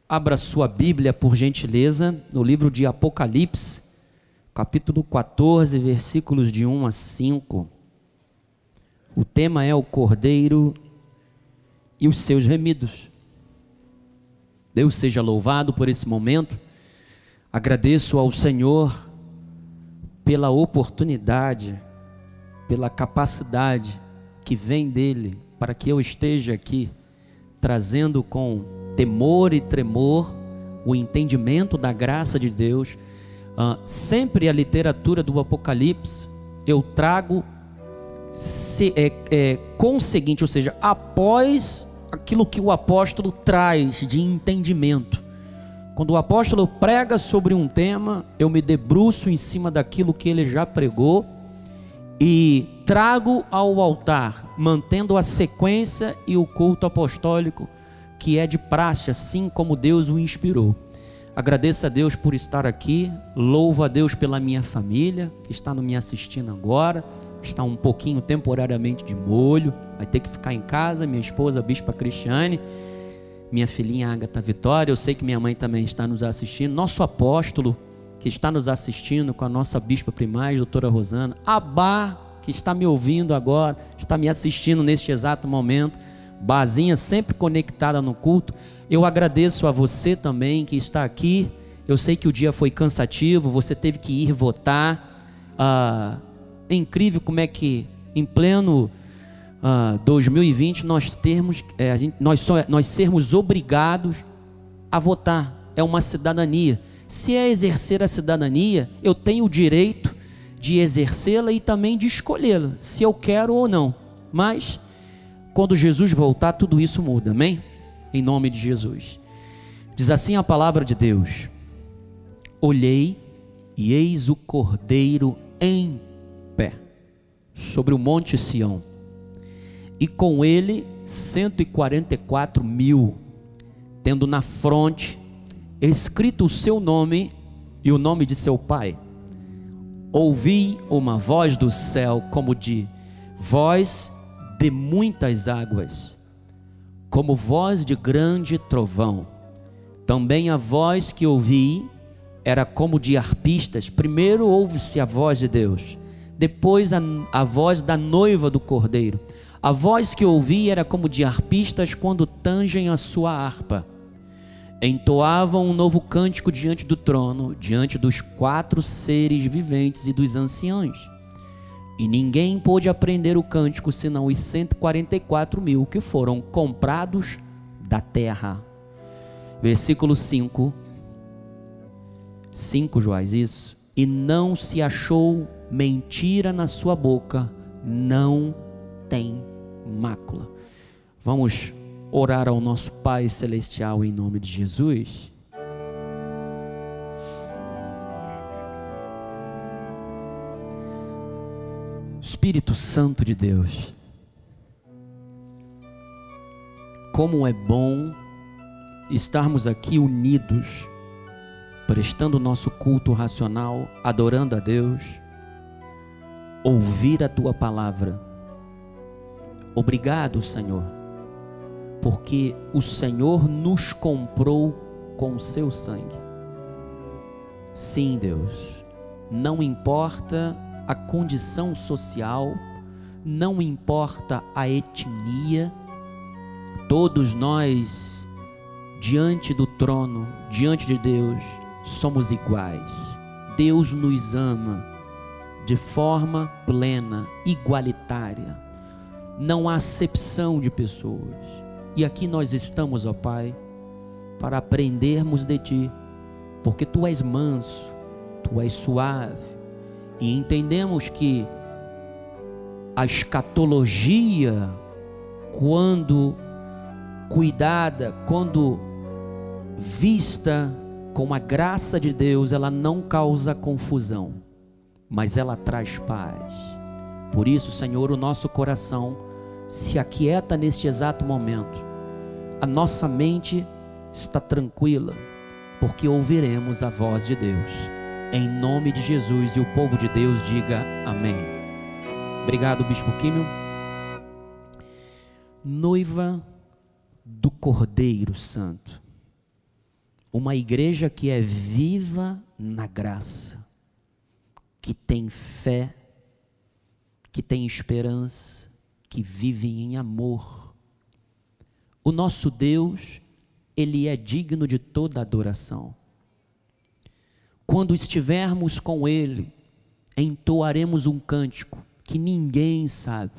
Abra sua Bíblia, por gentileza, no livro de Apocalipse, capítulo 14, versículos de 1 a 5. O tema é o Cordeiro e os seus remidos. Deus seja louvado por esse momento. Agradeço ao Senhor pela oportunidade, pela capacidade que vem dEle para que eu esteja aqui, trazendo com temor e tremor o entendimento da graça de Deus. Sempre a literatura do Apocalipse eu trago com o seguinte, ou seja, após aquilo que o apóstolo traz de entendimento. Quando o apóstolo prega sobre um tema, eu me debruço em cima daquilo que ele já pregou e trago ao altar, mantendo a sequência e o culto apostólico que é de praxe, assim como Deus o inspirou. Agradeço a Deus por estar aqui, louvo a Deus pela minha família, que está me assistindo agora, está um pouquinho temporariamente de molho, vai ter que ficar em casa, minha esposa, a Bispa Cristiane, minha filhinha Agatha Vitória, eu sei que minha mãe também está nos assistindo, nosso apóstolo, que está nos assistindo com a nossa Bispa Primaz, doutora Rosana, Abá, que está me ouvindo agora, está me assistindo neste exato momento, Bazinha sempre conectada no culto. Eu agradeço a você também que está aqui. Eu sei que o dia foi cansativo, você teve que ir votar. É incrível como é que em pleno 2020 nós sermos obrigados a votar. É uma cidadania. Se é exercer a cidadania, eu tenho o direito de exercê-la e também de escolhê-la, se eu quero ou não. Mas quando Jesus voltar, tudo isso muda, amém? Em nome de Jesus. Diz assim a palavra de Deus: olhei e eis o Cordeiro em pé sobre o monte Sião, e com ele 144.000, tendo na fronte escrito o seu nome e o nome de seu pai. Ouvi uma voz do céu como de voz de muitas águas, como voz de grande trovão. Também a voz que ouvi era como de arpistas. Primeiro ouve-se a voz de Deus, depois a voz da noiva do Cordeiro. A voz que ouvi era como de arpistas quando tangem a sua harpa. Entoavam um novo cântico diante do trono, diante dos 4 seres viventes e dos anciãos. E ninguém pôde aprender o cântico, senão os 144.000 que foram comprados da terra. Versículo 5, Joás, isso. E não se achou mentira na sua boca, não tem mácula. Vamos orar ao nosso Pai Celestial em nome de Jesus. Espírito Santo de Deus, como é bom estarmos aqui unidos, prestando o nosso culto racional, adorando a Deus, ouvir a Tua palavra. Obrigado, Senhor, porque o Senhor nos comprou com o seu sangue. Sim, Deus, não importa a condição social, não importa a etnia, todos nós, diante do trono, diante de Deus, somos iguais. Deus nos ama de forma plena, igualitária. Não há acepção de pessoas. E aqui nós estamos, ó Pai, para aprendermos de Ti, porque Tu és manso, Tu és suave, e entendemos que a escatologia, quando cuidada, quando vista com a graça de Deus, ela não causa confusão, mas ela traz paz. Por isso, Senhor, o nosso coração se aquieta neste exato momento. A nossa mente está tranquila, porque ouviremos a voz de Deus. Em nome de Jesus, e o povo de Deus diga amém. Obrigado, Bispo Químio. Noiva do Cordeiro Santo. Uma igreja que é viva na graça, que tem fé, que tem esperança, que vive em amor. O nosso Deus, Ele é digno de toda adoração. Quando estivermos com Ele, entoaremos um cântico que ninguém sabe,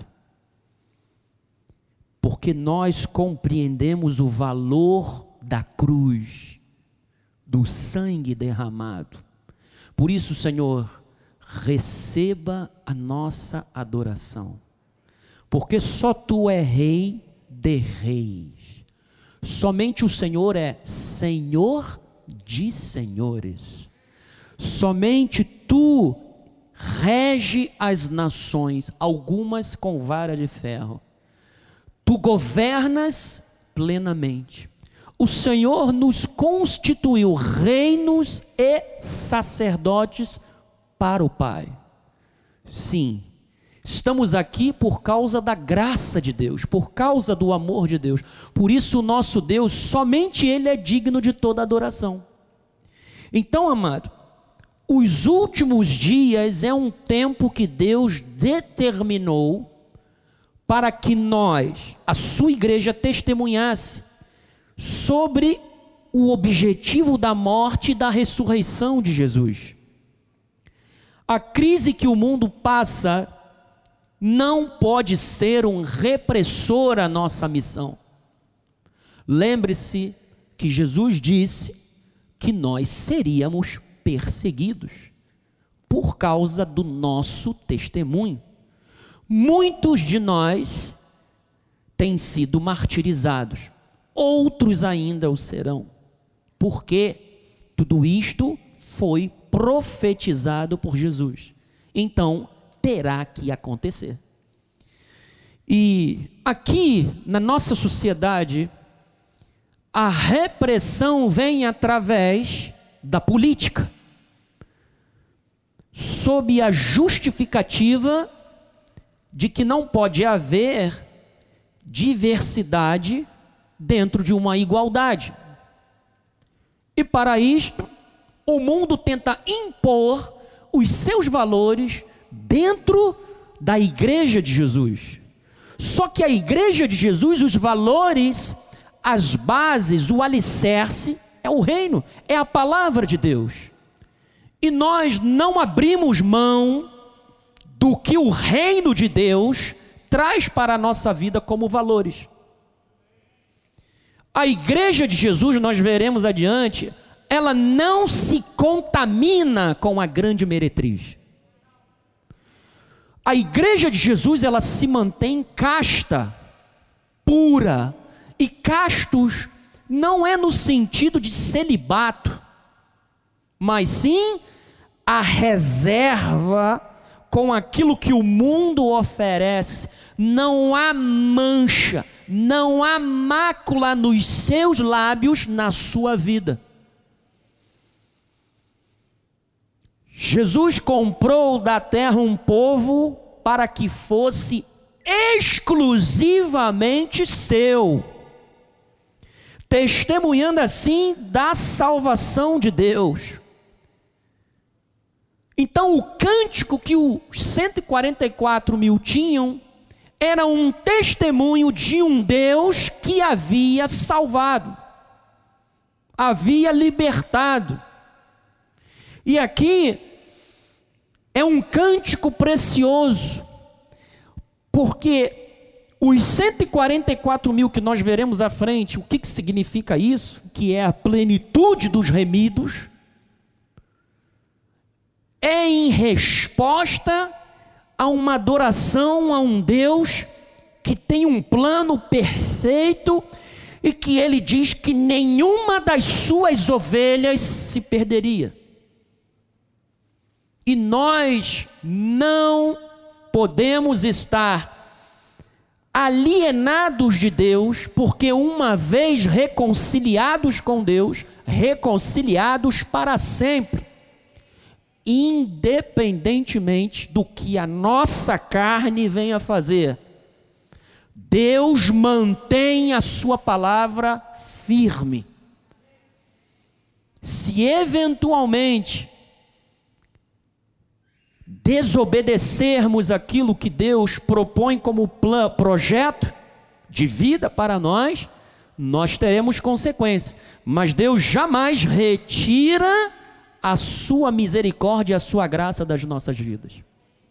porque nós compreendemos o valor da cruz, do sangue derramado. Por isso, Senhor, receba a nossa adoração, porque só Tu é Rei de reis, somente o Senhor é Senhor de senhores, somente Tu rege as nações, algumas com vara de ferro. Tu governas plenamente. O Senhor nos constituiu reinos e sacerdotes para o Pai. Sim, estamos aqui por causa da graça de Deus, por causa do amor de Deus. Por isso o nosso Deus, somente Ele é digno de toda adoração. Então, amado, os últimos dias é um tempo que Deus determinou para que nós, a sua igreja, testemunhasse sobre o objetivo da morte e da ressurreição de Jesus. A crise que o mundo passa não pode ser um repressor à nossa missão. Lembre-se que Jesus disse que nós seríamos perseguidos por causa do nosso testemunho. Muitos de nós têm sido martirizados, outros ainda o serão, porque tudo isto foi profetizado por Jesus, então terá que acontecer. E aqui na nossa sociedade, a repressão vem através da política, sob a justificativa de que não pode haver diversidade dentro de uma igualdade. E para isto, o mundo tenta impor os seus valores dentro da igreja de Jesus. Só que a igreja de Jesus, os valores, as bases, o alicerce, é o reino, é a palavra de Deus. E nós não abrimos mão do que o reino de Deus traz para a nossa vida como valores. A igreja de Jesus, nós veremos adiante, ela não se contamina com a grande meretriz. A igreja de Jesus, ela se mantém casta, pura, e castos não é no sentido de celibato, mas sim a reserva com aquilo que o mundo oferece. Não há mancha, não há mácula nos seus lábios, na sua vida. Jesus comprou da terra um povo para que fosse exclusivamente seu, testemunhando assim da salvação de Deus. Então o cântico que os 144 mil tinham era um testemunho de um Deus que havia salvado, havia libertado. E aqui é um cântico precioso, porque os 144 mil que nós veremos à frente, o que significa isso? Que é a plenitude dos remidos, é em resposta a uma adoração a um Deus que tem um plano perfeito e que Ele diz que nenhuma das suas ovelhas se perderia. E nós não podemos estar alienados de Deus, porque uma vez reconciliados com Deus, reconciliados para sempre, independentemente do que a nossa carne venha fazer. Deus mantém a sua palavra firme. se eventualmente desobedecermos aquilo que Deus propõe como projeto de vida para nós, nós teremos consequências. Mas Deus jamais retira a sua misericórdia e a sua graça das nossas vidas.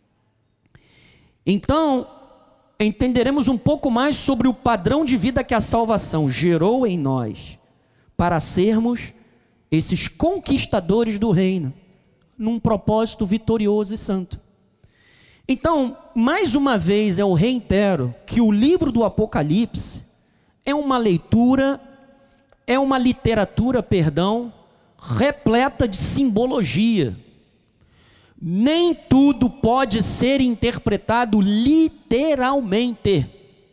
Então, entenderemos um pouco mais sobre o padrão de vida que a salvação gerou em nós, para sermos esses conquistadores do reino, num propósito vitorioso e santo. Então, mais uma vez eu reitero que o livro do Apocalipse é uma literatura, repleta de simbologia. Nem tudo pode ser interpretado literalmente.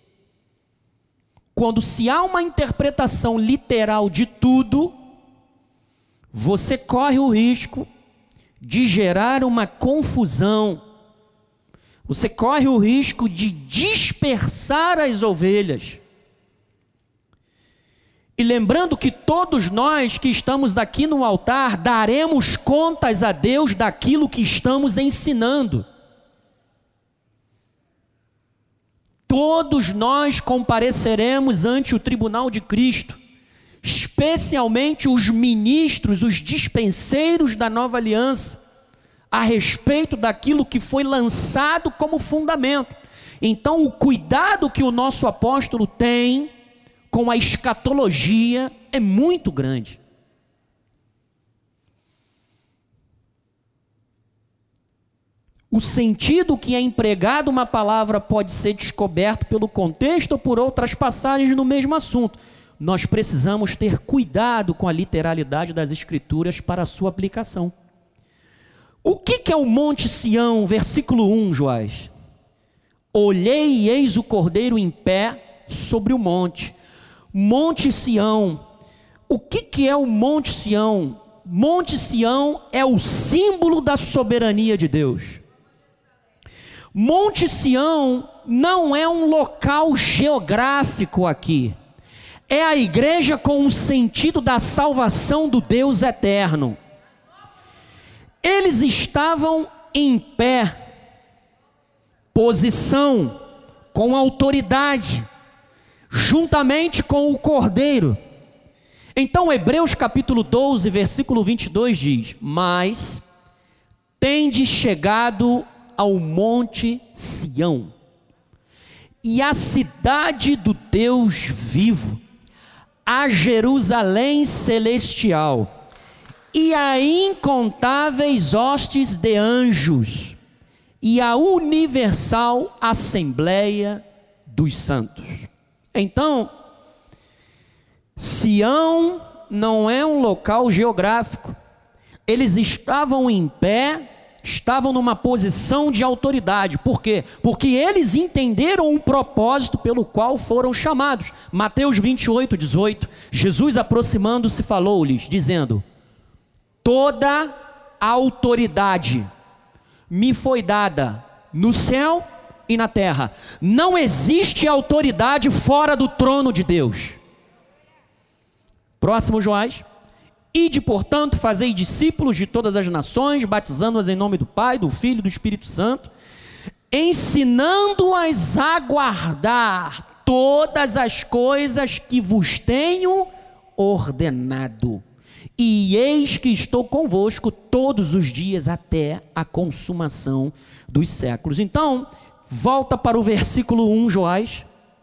Quando se há uma interpretação literal de tudo, você corre o risco de gerar uma confusão. Você corre o risco de dispersar as ovelhas. E lembrando que todos nós que estamos aqui no altar daremos contas a Deus daquilo que estamos ensinando. Todos nós compareceremos ante o tribunal de Cristo, especialmente os ministros, os dispenseiros da nova aliança, a respeito daquilo que foi lançado como fundamento. Então, o cuidado que o nosso apóstolo tem com a escatologia é muito grande. O sentido que é empregado uma palavra pode ser descoberto pelo contexto ou por outras passagens no mesmo assunto. Nós precisamos ter cuidado com a literalidade das Escrituras para a sua aplicação. O que é o Monte Sião? Versículo 1, Joás. Olhei e eis o Cordeiro em pé sobre o monte. Monte Sião. O que é o Monte Sião? Monte Sião é o símbolo da soberania de Deus. Monte Sião não é um local geográfico aqui. É a igreja com o sentido da salvação do Deus eterno. Eles estavam em pé, posição, com autoridade, juntamente com o Cordeiro. Então Hebreus capítulo 12, versículo 22 diz: mas tendes chegado ao monte Sião, e à cidade do Deus vivo, a Jerusalém celestial, e a incontáveis hostes de anjos, e a universal assembleia dos santos. Então, Sião não é um local geográfico. Eles estavam em pé, estavam numa posição de autoridade. Por quê? Porque eles entenderam o propósito pelo qual foram chamados. Mateus 28, 18, Jesus aproximando-se falou-lhes, dizendo: toda a autoridade me foi dada no céu e na terra. Não existe autoridade fora do trono de Deus. Próximo, Joás. Ide, portanto, fazei discípulos de todas as nações, batizando-as em nome do Pai, do Filho e do Espírito Santo, ensinando-as a guardar todas as coisas que vos tenho ordenado. E eis que estou convosco todos os dias até a consumação dos séculos. Então, volta para o versículo 1, Joás.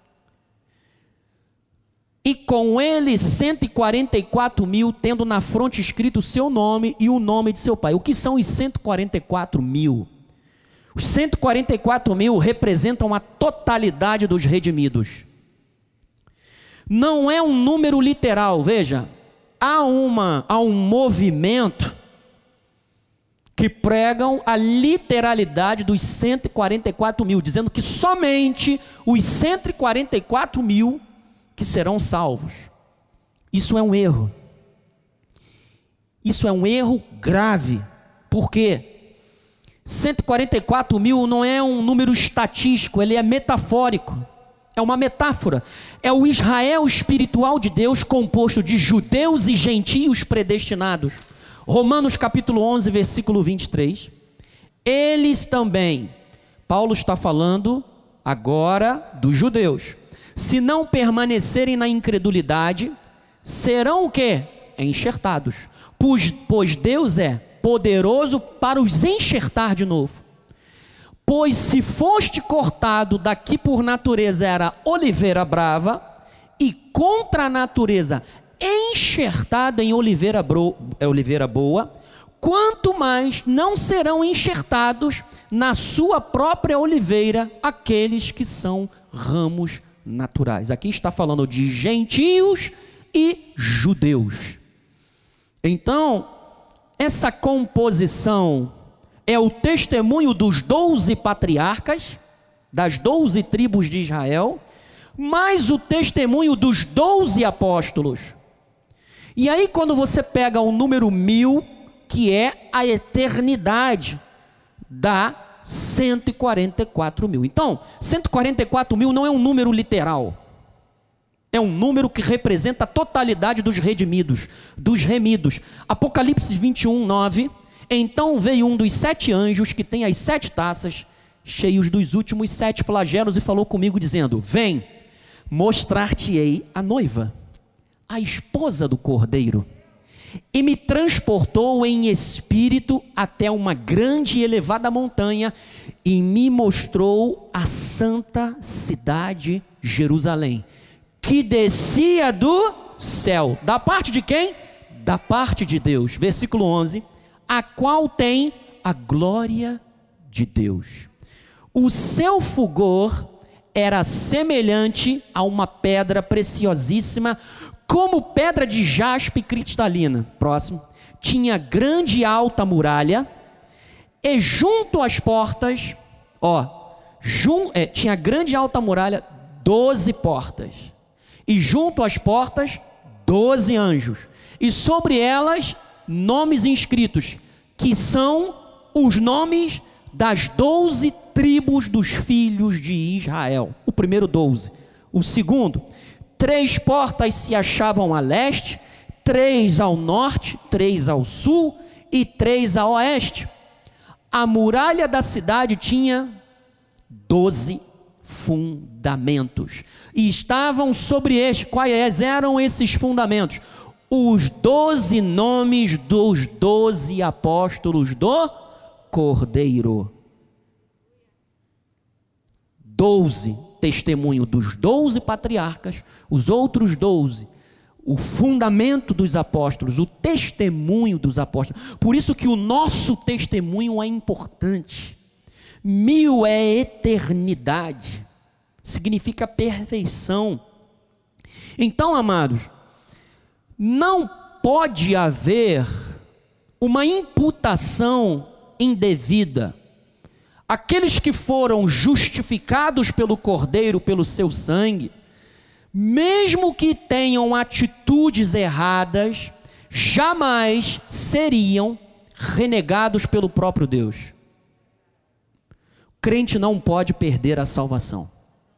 E com ele 144 mil, tendo na fronte escrito o seu nome e o nome de seu pai. O que são os 144 mil? Os 144 mil representam a totalidade dos redimidos. Não é um número literal, veja. Há um movimento que pregam a literalidade dos 144 mil, dizendo que somente os 144 mil que serão salvos. Isso é um erro. Isso é um erro grave. Por quê? 144 mil não é um número estatístico, ele é metafórico. É uma metáfora. É o Israel espiritual de Deus, composto de judeus e gentios predestinados. Romanos capítulo 11, versículo 23. Eles também, Paulo está falando agora dos judeus, se não permanecerem na incredulidade, serão o quê? Enxertados. Pois Deus é poderoso para os enxertar de novo. Pois se foste cortado daqui por natureza era oliveira brava, e contra a natureza enxertada em oliveira boa, quanto mais não serão enxertados na sua própria oliveira aqueles que são ramos naturais. Aqui está falando de gentios e judeus. Então, essa composição é o testemunho dos 12 patriarcas, das 12 tribos de Israel, mais o testemunho dos 12 apóstolos. E aí quando você pega o número 1000, que é a eternidade, dá 144 mil. Então, 144 mil não é um número literal. É um número que representa a totalidade dos redimidos, dos remidos. Apocalipse 21, 9. Então veio um dos 7 anjos que tem as 7 taças, cheios dos últimos 7 flagelos, e falou comigo dizendo: vem, mostrar-te-ei a noiva, a esposa do Cordeiro. E me transportou em espírito até uma grande e elevada montanha, e me mostrou a santa cidade Jerusalém, que descia do céu. Da parte de quem? Da parte de Deus. Versículo 11. A qual tem a glória de Deus. O seu fulgor era semelhante a uma pedra preciosíssima, como pedra de jaspe cristalina. Próximo. Tinha grande e alta muralha, e junto às portas, tinha grande e alta muralha, 12 portas, e junto às portas 12 anjos, e sobre elas nomes inscritos, que são os nomes das 12 tribos dos filhos de Israel. O primeiro 12. O segundo, 3 portas se achavam a leste, 3 ao norte, 3 ao sul e 3 a oeste. A muralha da cidade tinha 12 fundamentos, e estavam sobre estes. Quais eram esses fundamentos? Os 12 nomes dos 12 apóstolos do Cordeiro. 12, testemunho dos 12 patriarcas, os outros 12, o fundamento dos apóstolos, o testemunho dos apóstolos. Por isso que o nosso testemunho é importante. 1000 é eternidade, significa perfeição. Então, amados, não pode haver uma imputação indevida. Aqueles que foram justificados pelo Cordeiro, pelo seu sangue, mesmo que tenham atitudes erradas, jamais seriam renegados pelo próprio Deus. O crente não pode perder a salvação.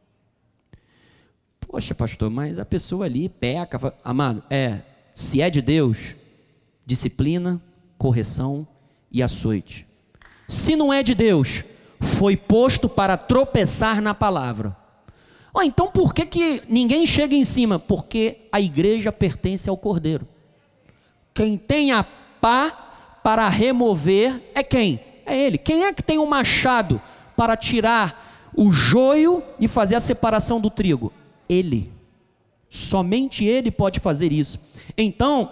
Poxa, pastor, mas a pessoa ali peca. Amado, se é de Deus, disciplina, correção e açoite. Se não é de Deus, foi posto para tropeçar na palavra. Então por que ninguém chega em cima? Porque a igreja pertence ao Cordeiro. Quem tem a pá para remover é quem? É Ele. Quem é que tem o machado para tirar o joio e fazer a separação do trigo? Ele. Somente Ele pode fazer isso. Então,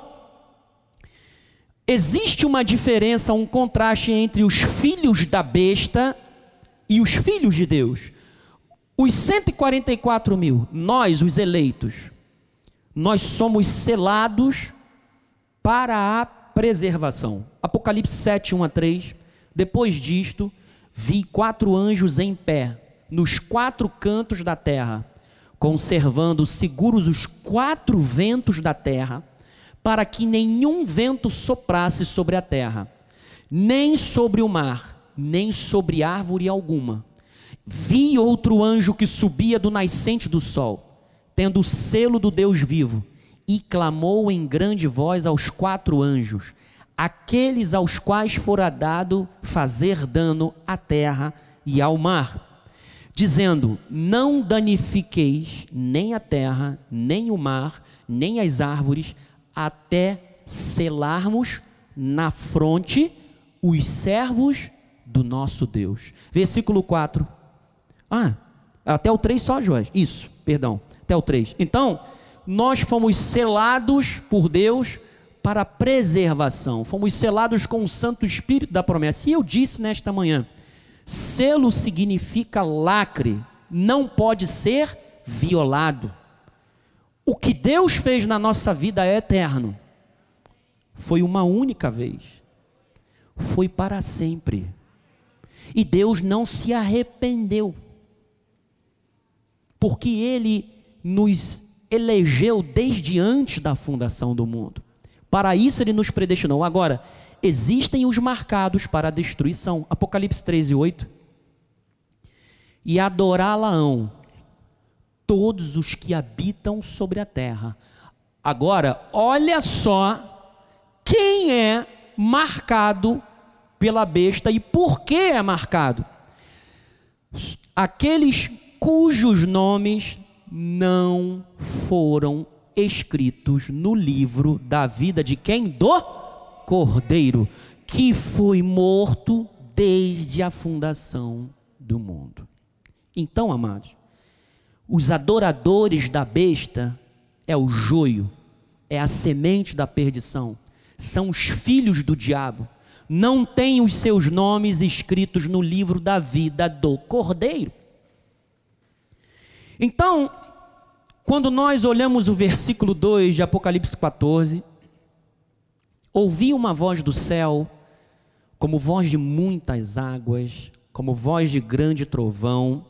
existe uma diferença, um contraste entre os filhos da besta e os filhos de Deus. Os 144 mil, nós, os eleitos, nós somos selados para a preservação. Apocalipse 7, 1 a 3. Depois disto, vi 4 anjos em pé, nos 4 cantos da terra, conservando seguros os 4 ventos da terra, para que nenhum vento soprasse sobre a terra, nem sobre o mar, nem sobre árvore alguma. Vi outro anjo que subia do nascente do sol, tendo o selo do Deus vivo, e clamou em grande voz aos 4 anjos, aqueles aos quais fora dado fazer dano à terra e ao mar, dizendo: não danifiqueis nem a terra, nem o mar, nem as árvores, até selarmos na fronte os servos do nosso Deus. Versículo 4. Até o 3 só, Joás. Isso, perdão, até o 3. Então, nós fomos selados por Deus para a preservação. Fomos selados com o Santo Espírito da promessa. E eu disse nesta manhã, selo significa lacre, não pode ser violado. O que Deus fez na nossa vida é eterno. Foi uma única vez. Foi para sempre. E Deus não se arrependeu. Porque Ele nos elegeu desde antes da fundação do mundo. Para isso Ele nos predestinou. Agora, existem os marcados para a destruição. Apocalipse 13:8. E adorá-la-ão todos os que habitam sobre a terra. Agora, olha só quem é marcado pela besta e por que é marcado. Aqueles cujos nomes não foram escritos no livro da vida de quem? Do Cordeiro, que foi morto desde a fundação do mundo. Então, amados, os adoradores da besta é o joio, é a semente da perdição, são os filhos do diabo, não têm os seus nomes escritos no livro da vida do Cordeiro. Então, quando nós olhamos o versículo 2 de Apocalipse 14, ouvi uma voz do céu, como voz de muitas águas, como voz de grande trovão.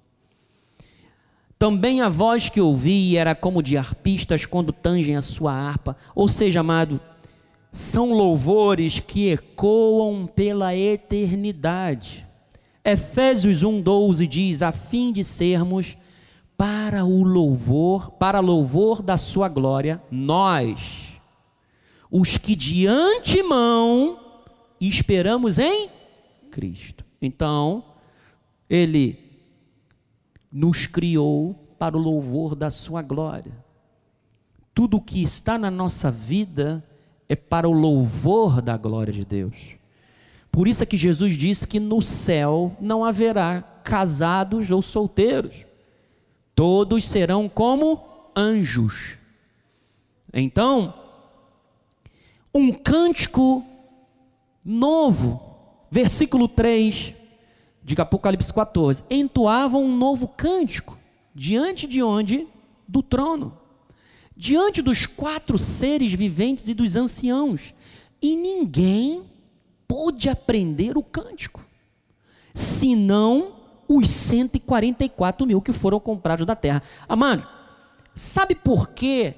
Também a voz que ouvi era como de arpistas quando tangem a sua harpa. Ou seja, amado, são louvores que ecoam pela eternidade. Efésios 1:12 diz: a fim de sermos para louvor da sua glória, nós, os que de antemão esperamos em Cristo. Então, Ele nos criou para o louvor da sua glória. Tudo que está na nossa vida é para o louvor da glória de Deus. Por isso é que Jesus disse que no céu não haverá casados ou solteiros. Todos serão como anjos. Então, um cântico novo, versículo 3 de Apocalipse 14, entoavam um novo cântico, diante de onde? Do trono, diante dos 4 seres viventes e dos anciãos, e ninguém pôde aprender o cântico, senão os 144 mil que foram comprados da terra. Amado, sabe por quê?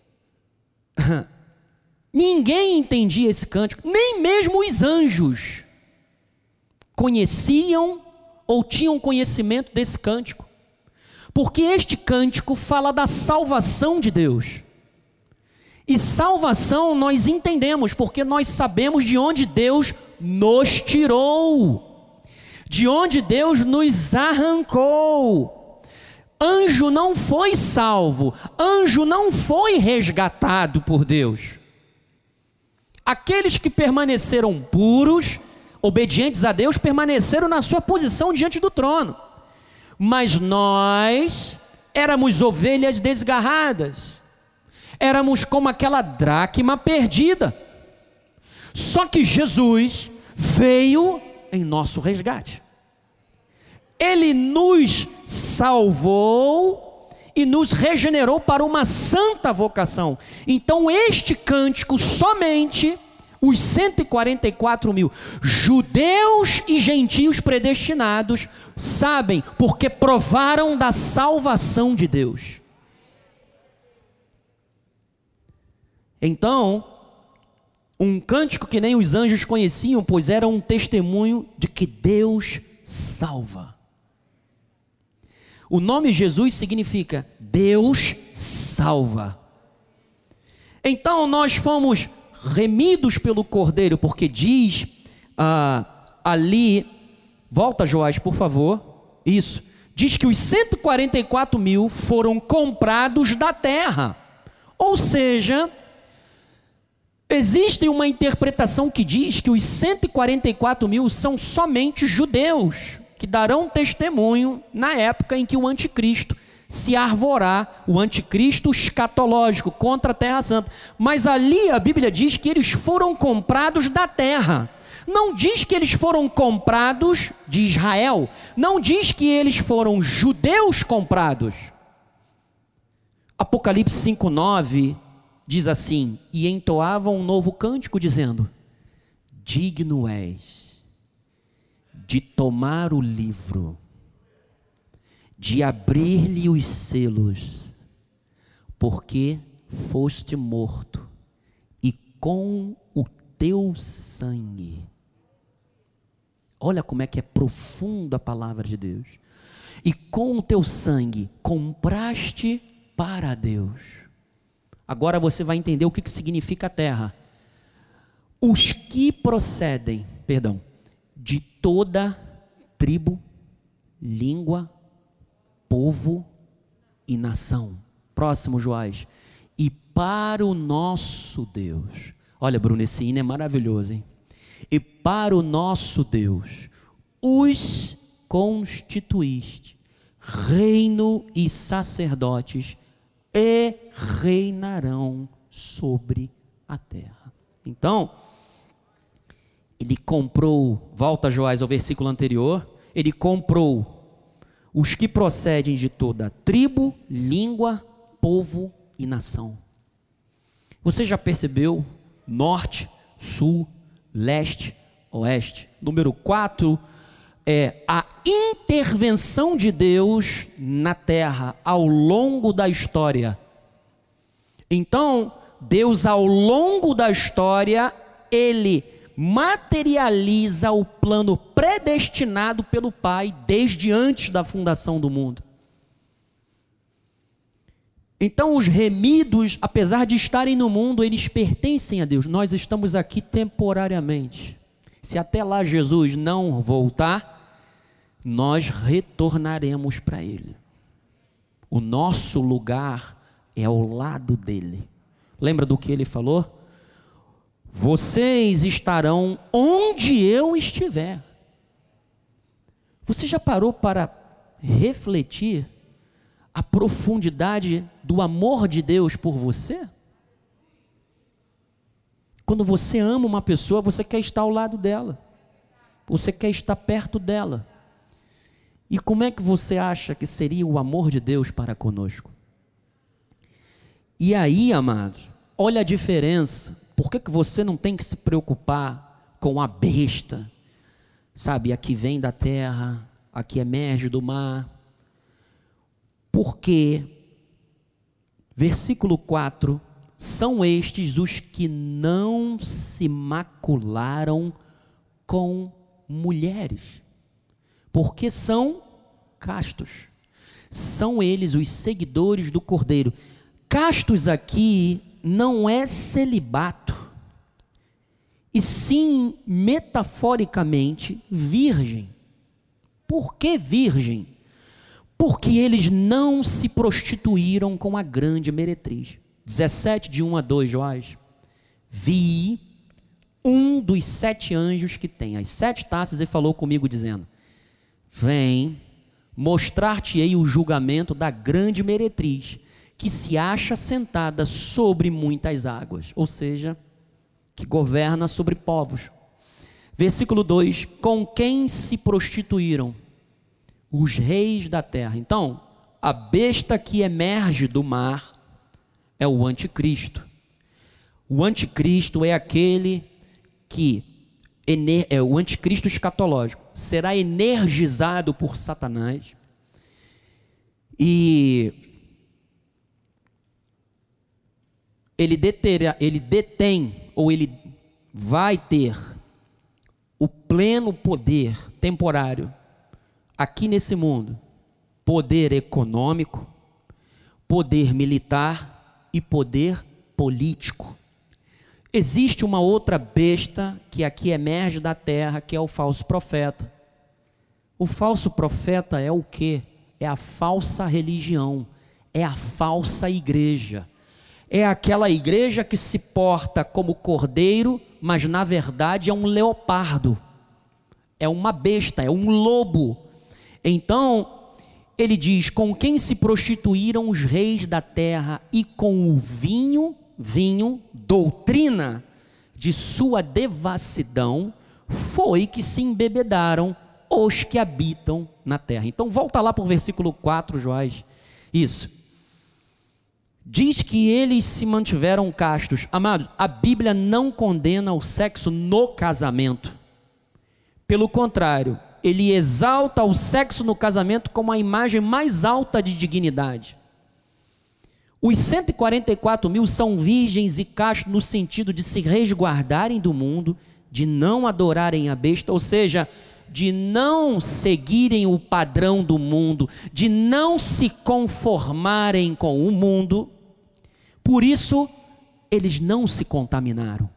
Ninguém entendia esse cântico, nem mesmo os anjos conheciam ou tinham conhecimento desse cântico, porque este cântico fala da salvação de Deus. E salvação nós entendemos, porque nós sabemos de onde Deus nos tirou, de onde Deus nos arrancou. Anjo não foi salvo, anjo não foi resgatado por Deus. Aqueles que permaneceram puros, obedientes a Deus, permaneceram na sua posição diante do trono. Mas nós éramos ovelhas desgarradas, éramos como aquela dracma perdida. Só que Jesus veio em nosso resgate. Ele nos salvou e nos regenerou para uma santa vocação. Então este cântico, somente os 144 mil judeus e gentios predestinados sabem, porque provaram da salvação de Deus. Então, um cântico que nem os anjos conheciam, pois era um testemunho de que Deus salva. O nome Jesus significa Deus salva. Então nós fomos remidos pelo Cordeiro, porque diz ali, volta Joás por favor, isso, diz que os 144 mil foram comprados da terra, ou seja, existe uma interpretação que diz que os 144 mil são somente judeus, que darão testemunho na época em que o anticristo se arvorar, o anticristo escatológico contra a terra santa. Mas ali a Bíblia diz que eles foram comprados da terra. Não diz que eles foram comprados de Israel. Não diz que eles foram judeus comprados. Apocalipse 5:9 diz assim: e entoavam um novo cântico dizendo: digno és de tomar o livro, de abrir-lhe os selos, porque foste morto, e com o teu sangue. Olha como é que é profunda a palavra de Deus. E com o teu sangue compraste para Deus. Agora você vai entender o que significa a terra. Os que procedem, de toda tribo, língua, povo e nação. Próximo, Joás. E para o nosso Deus. Olha, Bruno, esse hino é maravilhoso, hein? E para o nosso Deus os constituíste reino e sacerdotes, e reinarão sobre a terra. Então, ele comprou, volta Joás ao versículo anterior, ele comprou os que procedem de toda tribo, língua, povo e nação. Você já percebeu? Norte, sul, leste, oeste. Número 4 é a intervenção de Deus na terra ao longo da história. Então, Deus ao longo da história, ele materializa o plano predestinado pelo Pai desde antes da fundação do mundo. Então os remidos, apesar de estarem no mundo, eles pertencem a Deus. Nós estamos aqui temporariamente. Se até lá Jesus não voltar, nós retornaremos para Ele. O nosso lugar é ao lado dele. Lembra do que ele falou? Vocês estarão onde eu estiver. Você já parou para refletir a profundidade do amor de Deus por você? Quando você ama uma pessoa, você quer estar ao lado dela. Você quer estar perto dela. E como é que você acha que seria o amor de Deus para conosco? E aí, amados, olha a diferença. Por que você não tem que se preocupar com a besta? Sabe, a que vem da terra, a que emerge do mar. Porque, versículo 4, são estes os que não se macularam com mulheres, porque são castos. São eles os seguidores do Cordeiro. Castos aqui não é celibato, e sim, metaforicamente, virgem. Por que virgem? Porque eles não se prostituíram com a grande meretriz. 17, de 1 a 2, Joás. Vi um dos 7 anjos que tem as 7 taças e falou comigo dizendo: vem, mostrar-te-ei o julgamento da grande meretriz, que se acha sentada sobre muitas águas, ou seja, que governa sobre povos. Versículo 2, com quem se prostituíram? Os reis da terra. Então, a besta que emerge do mar é o anticristo. O anticristo é aquele que, é o anticristo escatológico, será energizado por Satanás, e ele detém, ou ele vai ter o pleno poder temporário aqui nesse mundo, poder econômico, poder militar e poder político. Existe uma outra besta que aqui emerge da terra, que é o falso profeta. O falso profeta é o quê? É a falsa religião, é a falsa igreja. É aquela igreja que se porta como cordeiro, mas na verdade é um leopardo, é uma besta, é um lobo. Então, ele diz: com quem se prostituíram os reis da terra, e com o vinho, doutrina de sua devassidão, foi que se embebedaram os que habitam na terra. Então volta lá para o versículo 4, Joás. Isso. Diz que eles se mantiveram castos. Amados, a Bíblia não condena o sexo no casamento. Pelo contrário, ele exalta o sexo no casamento como a imagem mais alta de dignidade. Os 144 mil são virgens e castos no sentido de se resguardarem do mundo, de não adorarem a besta, ou seja, de não seguirem o padrão do mundo, de não se conformarem com o mundo. Por isso, eles não se contaminaram.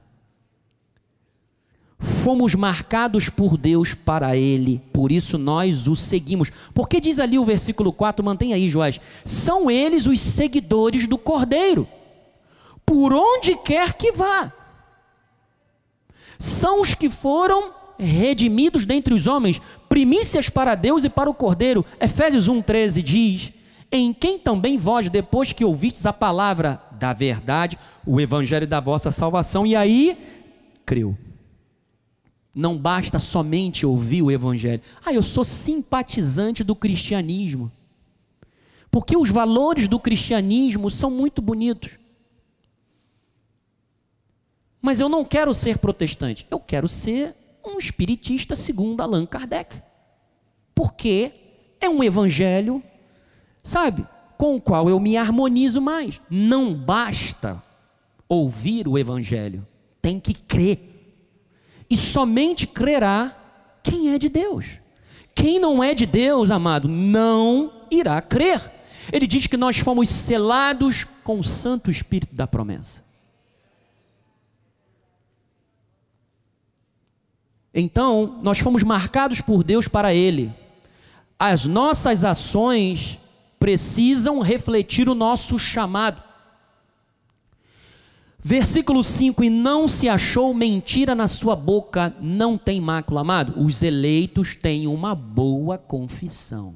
Fomos marcados por Deus para Ele, por isso nós o seguimos. Porque diz ali o versículo 4, mantém aí, Joás: são eles os seguidores do Cordeiro, por onde quer que vá. São os que foram redimidos dentre os homens, primícias para Deus e para o Cordeiro. Efésios 1,13 diz: em quem também vós, depois que ouvistes a palavra da verdade, o evangelho da vossa salvação, e aí creu. Não basta somente ouvir o evangelho. Eu sou simpatizante do cristianismo, porque os valores do cristianismo são muito bonitos. Mas eu não quero ser protestante, eu quero ser um espiritista segundo Allan Kardec, porque é um evangelho, sabe, com o qual eu me harmonizo mais. Não basta ouvir o evangelho, tem que crer. E somente crerá quem é de Deus. Quem não é de Deus, amado, não irá crer. Ele diz que nós fomos selados com o Santo Espírito da promessa. Então, nós fomos marcados por Deus para Ele. As nossas ações precisam refletir o nosso chamado. Versículo 5: e não se achou mentira na sua boca, não tem mácula. Amado, os eleitos têm uma boa confissão.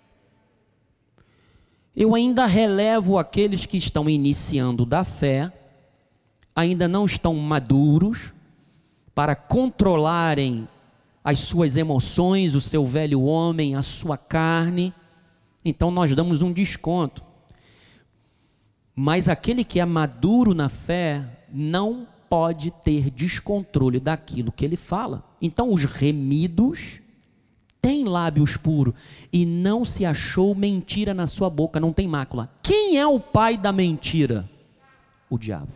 Eu ainda relevo aqueles que estão iniciando da fé, ainda não estão maduros para controlarem as suas emoções, o seu velho homem, a sua carne. Então nós damos um desconto. Mas aquele que é maduro na fé não pode ter descontrole daquilo que ele fala. Então os remidos têm lábios puros e não se achou mentira na sua boca, não tem mácula. Quem é o pai da mentira? O diabo.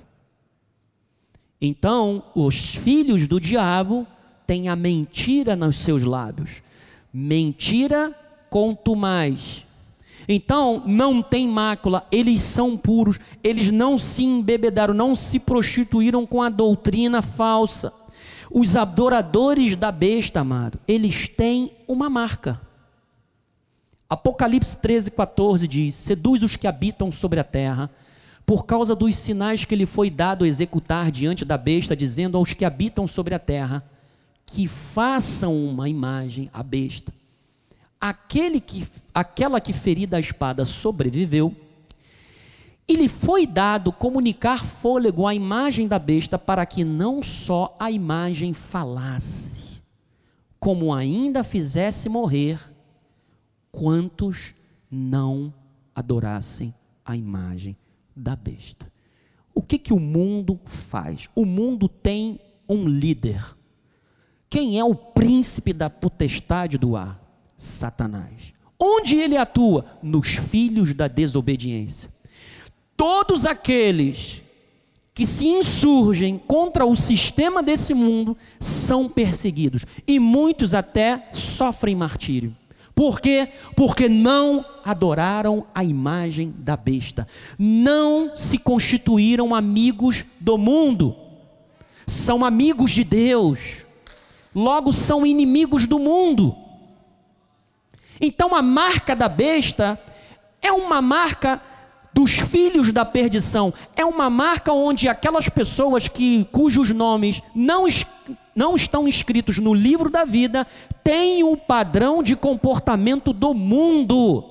Então os filhos do diabo têm a mentira nos seus lábios. Mentira contumaz. Então não tem mácula, eles são puros, eles não se embebedaram, não se prostituíram com a doutrina falsa. Os adoradores da besta, amado, eles têm uma marca. Apocalipse 13:14 diz: seduz os que habitam sobre a terra, por causa dos sinais que lhe foi dado executar diante da besta, dizendo aos que habitam sobre a terra, que façam uma imagem à besta. Aquela que ferida a espada sobreviveu, e lhe foi dado comunicar fôlego à imagem da besta, para que não só a imagem falasse, como ainda fizesse morrer quantos não adorassem a imagem da besta. O que o mundo faz? O mundo tem um líder. Quem é o príncipe da potestade do ar? Satanás. Onde ele atua? Nos filhos da desobediência. Todos aqueles que se insurgem contra o sistema desse mundo são perseguidos, e muitos até sofrem martírio, Por quê? Porque não adoraram a imagem da besta. Não se constituíram amigos do mundo. São amigos de Deus. Logo são inimigos do mundo. Então a marca da besta é uma marca dos filhos da perdição. É uma marca onde aquelas pessoas cujos nomes não estão escritos no livro da vida têm o padrão de comportamento do mundo.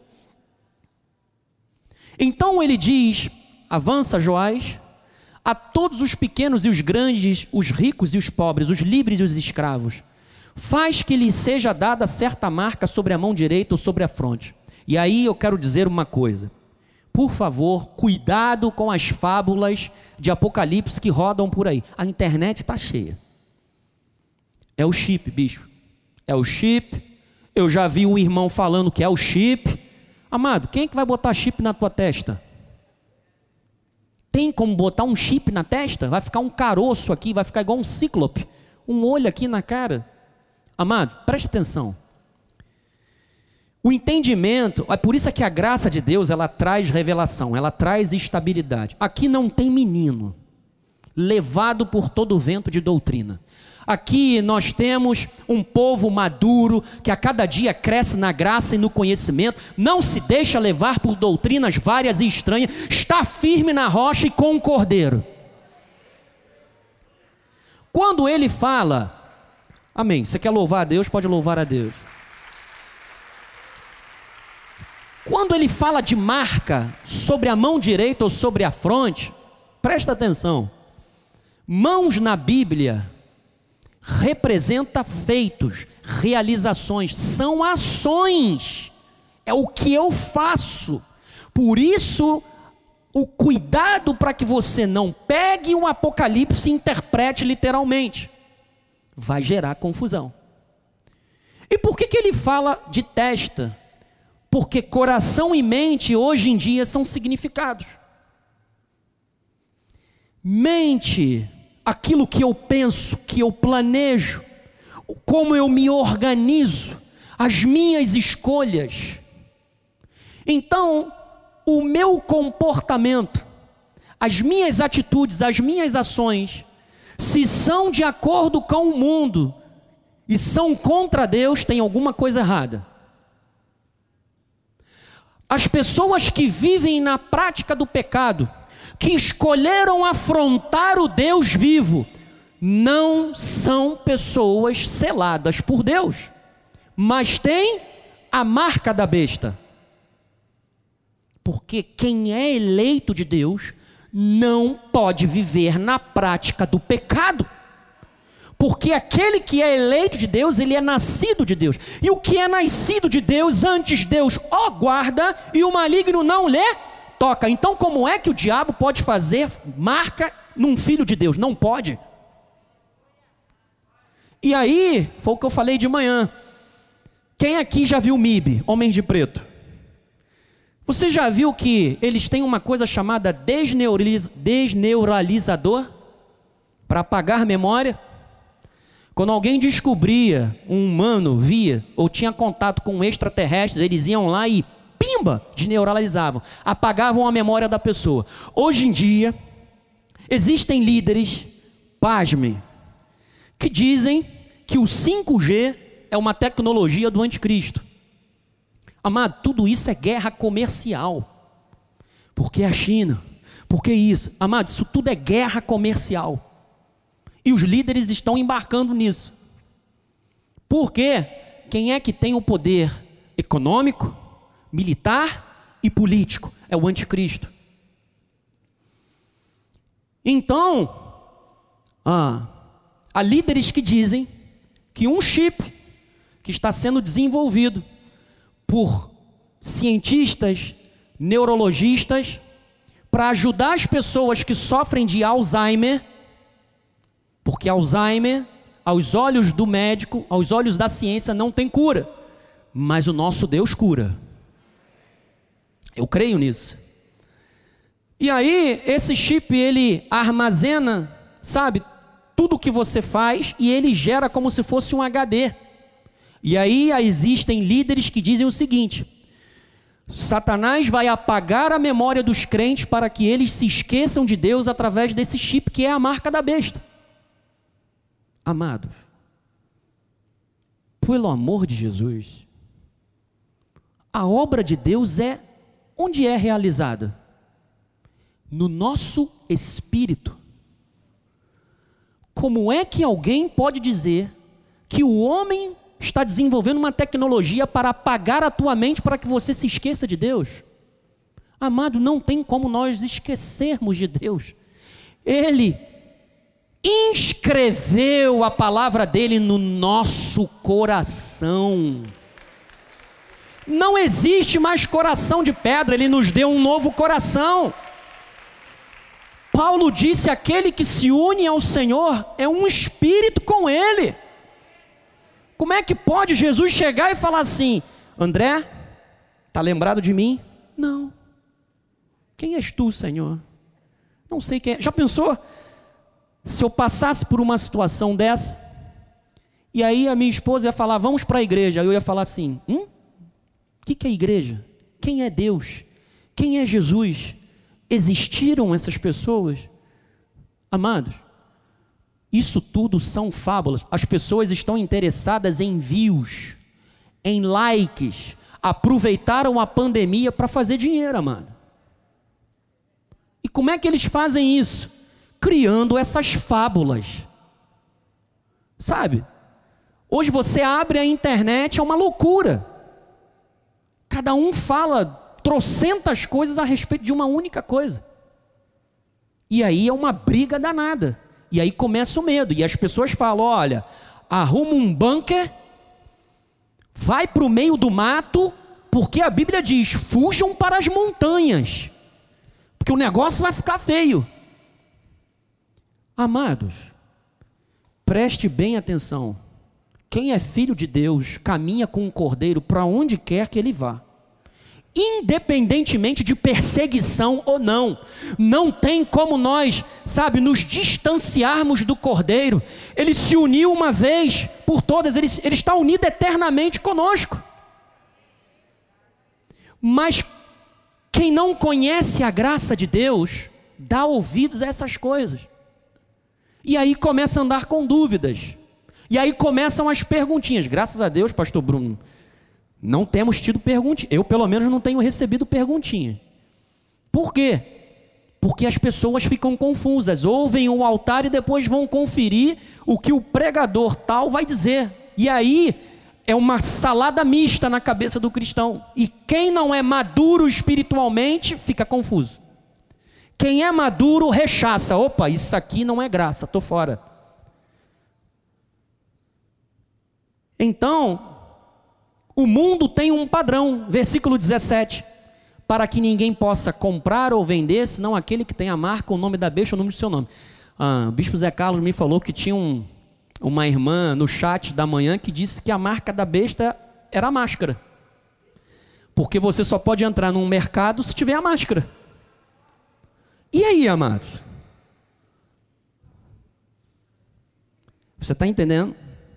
Então ele diz, avança Joás, a todos os pequenos e os grandes, os ricos e os pobres, os livres e os escravos, faz que lhe seja dada certa marca sobre a mão direita ou sobre a fronte. E aí eu quero dizer uma coisa. Por favor, cuidado com as fábulas de Apocalipse que rodam por aí. A internet está cheia. É o chip, bicho. É o chip. Eu já vi um irmão falando que é o chip. Amado, quem é que vai botar chip na tua testa? Tem como botar um chip na testa? Vai ficar um caroço aqui, vai ficar igual um cíclope. Um olho aqui na cara. Amado, preste atenção. O entendimento, é por isso que a graça de Deus, ela traz revelação, ela traz estabilidade. Aqui não tem menino, levado por todo o vento de doutrina. Aqui nós temos um povo maduro, que a cada dia cresce na graça e no conhecimento, não se deixa levar por doutrinas várias e estranhas, está firme na rocha e com o cordeiro. Quando ele fala, amém, você quer louvar a Deus, pode louvar a Deus. Quando ele fala de marca sobre a mão direita ou sobre a fronte, presta atenção. Mãos na Bíblia representa feitos, realizações, são ações. É o que eu faço. Por isso, o cuidado para que você não pegue o Apocalipse e interprete literalmente. Vai gerar confusão. E por que ele fala de testa? Porque coração e mente hoje em dia são significados. Mente, aquilo que eu penso, que eu planejo, como eu me organizo, as minhas escolhas. Então, o meu comportamento, as minhas atitudes, as minhas ações, se são de acordo com o mundo e são contra Deus, tem alguma coisa errada. As pessoas que vivem na prática do pecado, que escolheram afrontar o Deus vivo, não são pessoas seladas por Deus, mas têm a marca da besta. Porque quem é eleito de Deus não pode viver na prática do pecado. Porque aquele que é eleito de Deus, ele é nascido de Deus. E o que é nascido de Deus, antes Deus o guarda e o maligno não lhe toca. Então como é que o diabo pode fazer marca num filho de Deus? Não pode. E aí, foi o que eu falei de manhã. Quem aqui já viu MIB, Homens de Preto? Você já viu que eles têm uma coisa chamada desneuralizador? Para apagar memória? Quando alguém descobria, um humano via, ou tinha contato com um extraterrestre, eles iam lá e, pimba, desneuralizavam, apagavam a memória da pessoa. Hoje em dia, existem líderes, pasmem, que dizem que o 5G é uma tecnologia do anticristo. Amado, tudo isso é guerra comercial. Porque a China, porque isso. Amado, isso tudo é guerra comercial. E os líderes estão embarcando nisso. Porque quem é que tem o poder econômico, militar e político? É o anticristo. Então, há líderes que dizem que um chip que está sendo desenvolvido por cientistas, neurologistas, para ajudar as pessoas que sofrem de Alzheimer, porque Alzheimer, aos olhos do médico, aos olhos da ciência, não tem cura, mas o nosso Deus cura. Eu creio nisso. E aí, esse chip, ele armazena, sabe, tudo que você faz, e ele gera como se fosse um HD. E aí existem líderes que dizem o seguinte: Satanás vai apagar a memória dos crentes para que eles se esqueçam de Deus através desse chip que é a marca da besta. Amados, pelo amor de Jesus, a obra de Deus onde é realizada? No nosso espírito. Como é que alguém pode dizer que o homem está desenvolvendo uma tecnologia para apagar a tua mente para que você se esqueça de Deus? Amado, não tem como nós esquecermos de Deus. Ele inscreveu a palavra dele no nosso coração. Não existe mais coração de pedra, ele nos deu um novo coração. Paulo disse: aquele que se une ao Senhor é um espírito com ele. Como é que pode Jesus chegar e falar assim: André, está lembrado de mim? Não. Quem és tu, Senhor? Não sei quem é. Já pensou se eu passasse por uma situação dessa, e aí a minha esposa ia falar: vamos para a igreja? Aí eu ia falar assim: o que é igreja? Quem é Deus? Quem é Jesus? Existiram essas pessoas? Amados, isso tudo são fábulas. As pessoas estão interessadas em views, em likes, aproveitaram a pandemia para fazer dinheiro, amado. E como é que eles fazem isso? Criando essas fábulas. Sabe? Hoje você abre a internet, é uma loucura. Cada um fala trocentas coisas a respeito de uma única coisa. E aí é uma briga danada. E aí começa o medo. E as pessoas falam: olha, arruma um bunker, vai para o meio do mato, porque a Bíblia diz: fujam para as montanhas, porque o negócio vai ficar feio. Amados, preste bem atenção. Quem é filho de Deus caminha com o Cordeiro para onde quer que ele vá, independentemente de perseguição ou não. Não tem como nós, nos distanciarmos do Cordeiro. Ele se uniu uma vez por todas, ele está unido eternamente conosco. Mas quem não conhece a graça de Deus, dá ouvidos a essas coisas. E aí começa a andar com dúvidas. E aí começam as perguntinhas. Graças a Deus, pastor Bruno, não temos tido perguntinha. Eu, pelo menos, não tenho recebido perguntinha. Por quê? Porque as pessoas ficam confusas. Ouvem o altar e depois vão conferir o que o pregador tal vai dizer. E aí é uma salada mista na cabeça do cristão. E quem não é maduro espiritualmente fica confuso. Quem é maduro rechaça: opa, isso aqui não é graça, estou fora. Então, o mundo tem um padrão, versículo 17: para que ninguém possa comprar ou vender, senão aquele que tem a marca, o nome da besta, o número do seu nome. O bispo Zé Carlos me falou que tinha uma irmã no chat da manhã que disse que a marca da besta era a máscara, porque você só pode entrar num mercado se tiver a máscara. E aí, amados? Você está entendendo?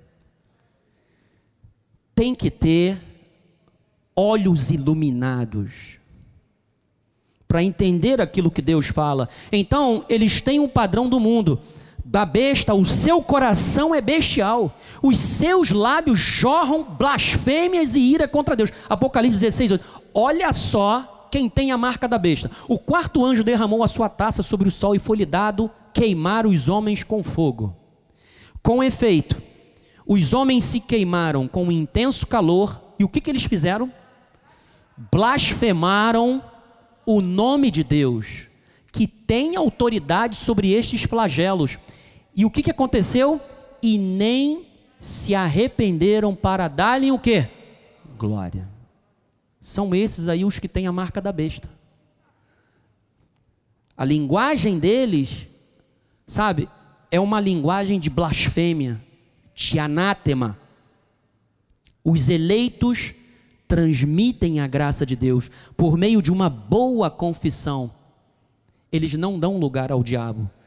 Tem que ter olhos iluminados para entender aquilo que Deus fala. Então, eles têm um padrão do mundo. Da besta, o seu coração é bestial, os seus lábios jorram blasfêmias e ira contra Deus. Apocalipse 16, 8. Olha só quem tem a marca da besta. O quarto anjo derramou a sua taça sobre o sol e foi-lhe dado queimar os homens com fogo. Com efeito, os homens se queimaram com um intenso calor. E o que eles fizeram? Blasfemaram o nome de Deus, que tem autoridade sobre estes flagelos. E o que aconteceu? E nem se arrependeram para dar-lhe o quê? Glória. São esses aí os que têm a marca da besta. A linguagem deles, é uma linguagem de blasfêmia, de anátema. Os eleitos transmitem a graça de Deus por meio de uma boa confissão. Eles não dão lugar ao diabo.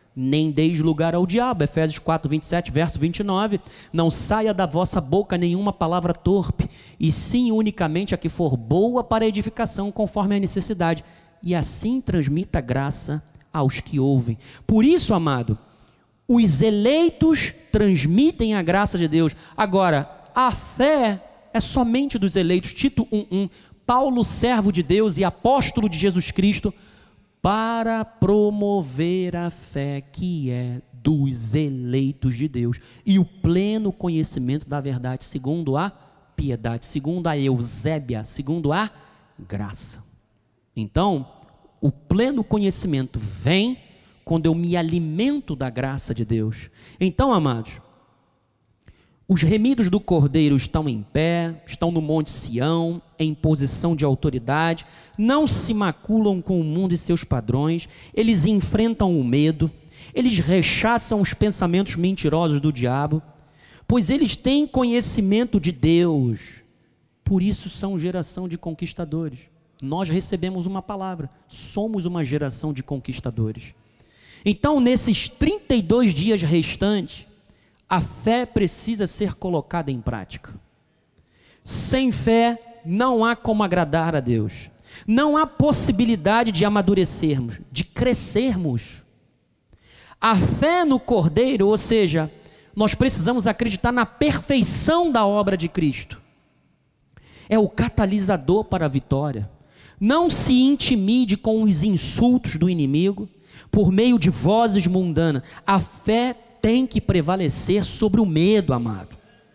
nem deis lugar ao diabo. Efésios 4, 27, verso 29. Não saia da vossa boca nenhuma palavra torpe, e sim unicamente a que for boa para edificação, conforme a necessidade, e assim transmita graça aos que ouvem. Por isso, amado, os eleitos transmitem a graça de Deus. Agora, a fé é somente dos eleitos. Tito 1:1. Paulo, servo de Deus e apóstolo de Jesus Cristo, para promover a fé que é dos eleitos de Deus e o pleno conhecimento da verdade, segundo a piedade, segundo a eusébia, segundo a graça. Então, o pleno conhecimento vem quando eu me alimento da graça de Deus. Então, amados, os remidos do Cordeiro estão em pé, estão no Monte Sião, em posição de autoridade, não se maculam com o mundo e seus padrões, eles enfrentam o medo, eles rechaçam os pensamentos mentirosos do diabo, pois eles têm conhecimento de Deus, por isso são geração de conquistadores. Nós recebemos uma palavra, somos uma geração de conquistadores. Então, nesses 32 dias restantes, a fé precisa ser colocada em prática. Sem fé, não há como agradar a Deus. Não há possibilidade de amadurecermos, de crescermos. A fé no Cordeiro, ou seja, nós precisamos acreditar na perfeição da obra de Cristo. É o catalisador para a vitória. Não se intimide com os insultos do inimigo, por meio de vozes mundanas. A fé tem que prevalecer sobre o medo, amado.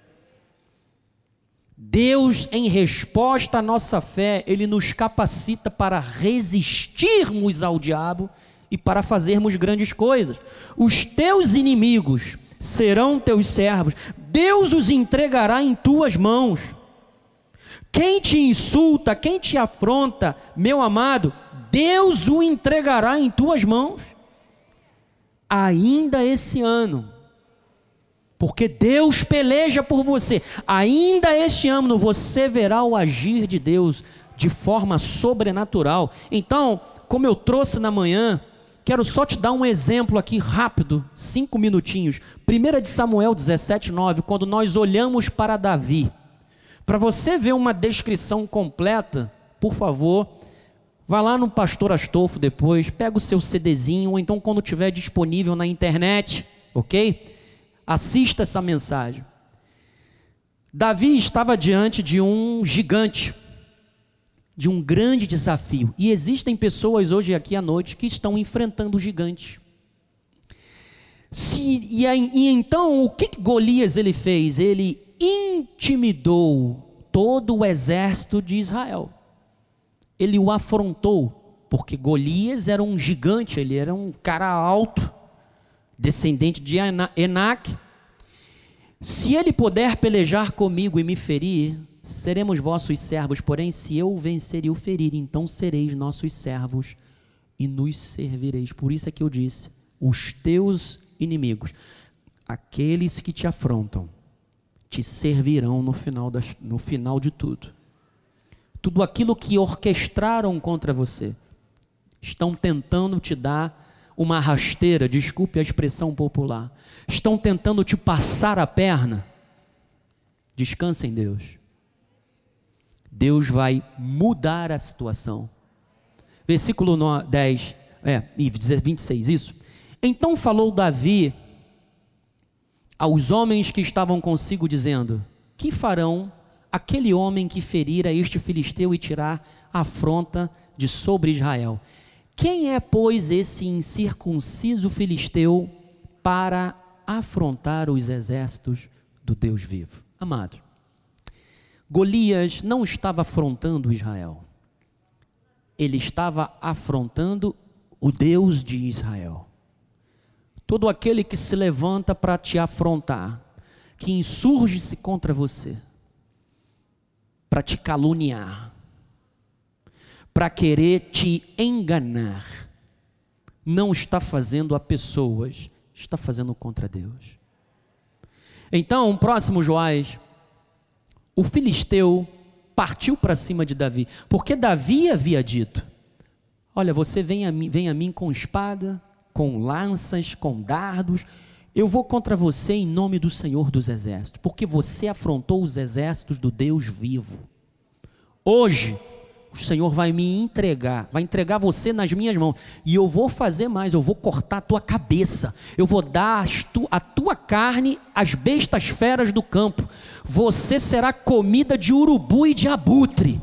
Deus, em resposta à nossa fé, Ele nos capacita para resistirmos ao diabo e para fazermos grandes coisas. Os teus inimigos serão teus servos, Deus os entregará em tuas mãos. Quem te insulta, quem te afronta, meu amado, Deus o entregará em tuas mãos. Ainda esse ano, porque Deus peleja por você, ainda este ano você verá o agir de Deus de forma sobrenatural. Então, como eu trouxe na manhã, quero só te dar um exemplo aqui rápido, 5 minutinhos. 1 de Samuel 17:9, quando nós olhamos para Davi, para você ver uma descrição completa, por favor, vá lá no Pastor Astolfo depois, pega o seu CDzinho, ou então quando estiver disponível na internet, ok? Assista essa mensagem. Davi estava diante de um gigante, de um grande desafio. E existem pessoas hoje aqui à noite que estão enfrentando gigantes. Então, o que Golias ele fez? Ele intimidou todo o exército de Israel. Ele o afrontou, porque Golias era um gigante, ele era um cara alto, descendente de Enaque. Se ele puder pelejar comigo e me ferir, seremos vossos servos, porém se eu o vencer e o ferir, então sereis nossos servos e nos servireis. Por isso é que eu disse, os teus inimigos, aqueles que te afrontam, te servirão no final de tudo. Tudo aquilo que orquestraram contra você, estão tentando te dar uma rasteira, desculpe a expressão popular, estão tentando te passar a perna. Descansa em Deus. Deus vai mudar a situação. Versículo 26, isso. Então falou Davi aos homens que estavam consigo, dizendo: que farão aquele homem que ferir a este filisteu e tirar a afronta de sobre Israel? Quem é, pois, esse incircunciso filisteu para afrontar os exércitos do Deus vivo? Amado, Golias não estava afrontando Israel, ele estava afrontando o Deus de Israel. Todo aquele que se levanta para te afrontar, que insurge-se contra você, para te caluniar, para querer te enganar, não está fazendo a pessoas, está fazendo contra Deus. Então, próximo Joás, o filisteu partiu para cima de Davi, porque Davi havia dito: olha, você vem a mim com espada com lanças, com dardos. Eu vou contra você em nome do Senhor dos Exércitos, porque você afrontou os exércitos do Deus vivo. Hoje, o Senhor vai me entregar, vai entregar você nas minhas mãos, e eu vou fazer mais, eu vou cortar a tua cabeça, eu vou dar a tua carne às bestas feras do campo, você será comida de urubu e de abutre.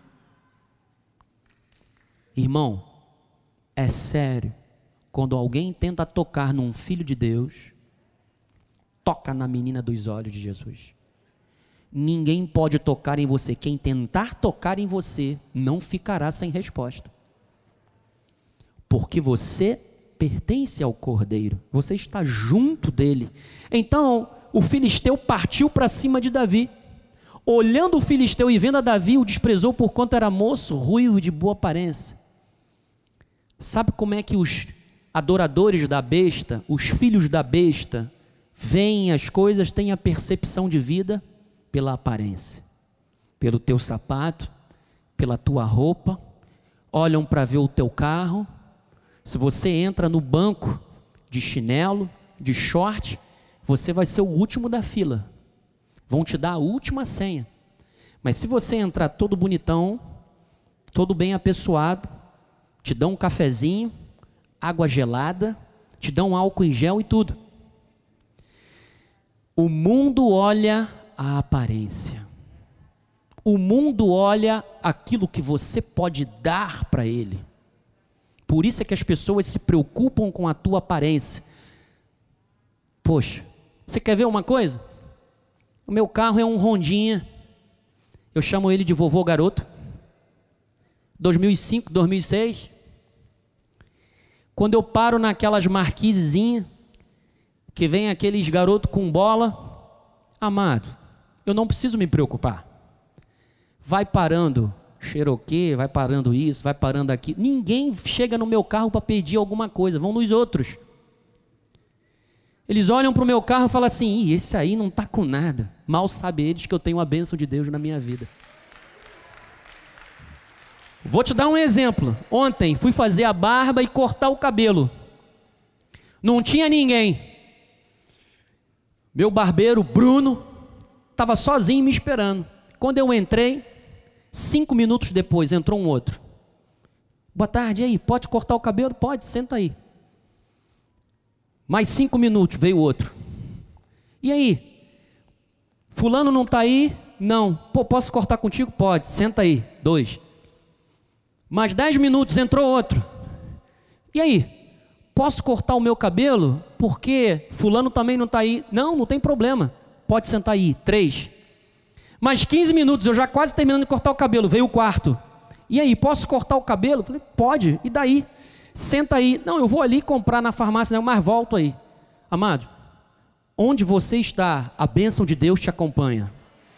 Irmão, é sério, quando alguém tenta tocar num filho de Deus, toca na menina dos olhos de Jesus. Ninguém pode tocar em você. Quem tentar tocar em você não ficará sem resposta, porque você pertence ao Cordeiro, você está junto dele. Então o filisteu partiu para cima de Davi. Olhando o filisteu e vendo a Davi, o desprezou por quanto era moço, ruivo, de boa aparência. Sabe como é que os adoradores da besta, os filhos da besta, veem as coisas, têm a percepção de vida? Pela aparência, pelo teu sapato, pela tua roupa. Olham para ver o teu carro. Se você entra no banco de chinelo, de short, você vai ser o último da fila, vão te dar a última senha. Mas se você entrar todo bonitão, todo bem apessoado, te dão um cafezinho, água gelada, te dão álcool em gel e tudo. O mundo olha a aparência, o mundo olha aquilo que você pode dar para ele. Por isso é que as pessoas se preocupam com a tua aparência. Poxa, você quer ver uma coisa? O meu carro é um Hondinha, eu chamo ele de vovô garoto, 2005, 2006. Quando eu paro naquelas marquisezinhas, que vem aqueles garotos com bola, amado, eu não preciso me preocupar. Vai parando Cherokee, vai parando isso, vai parando aquilo. Ninguém chega no meu carro para pedir alguma coisa, vão nos outros. Eles olham para o meu carro e falam assim: esse aí não está com nada. Mal sabe eles que eu tenho a bênção de Deus na minha vida. Vou te dar um exemplo. Ontem fui fazer a barba e cortar o cabelo. Não tinha ninguém. Meu barbeiro, Bruno, estava sozinho me esperando. Quando eu entrei, 5 minutos depois, entrou um outro. Boa tarde, e aí, pode cortar o cabelo? Pode, senta aí. Mais 5 minutos, veio outro. E aí? Fulano não está aí? Não. Pô, posso cortar contigo? Pode, senta aí. 2. Mais 10 minutos, entrou outro. E aí? Posso cortar o meu cabelo? Porque fulano também não está aí. Não, não tem problema. Pode sentar aí. 3. Mais 15 minutos, eu já quase terminando de cortar o cabelo. Veio o quarto. E aí, posso cortar o cabelo? Falei, pode. E daí? Senta aí. Não, eu vou ali comprar na farmácia, não, mas volto aí. Amado, onde você está, a bênção de Deus te acompanha.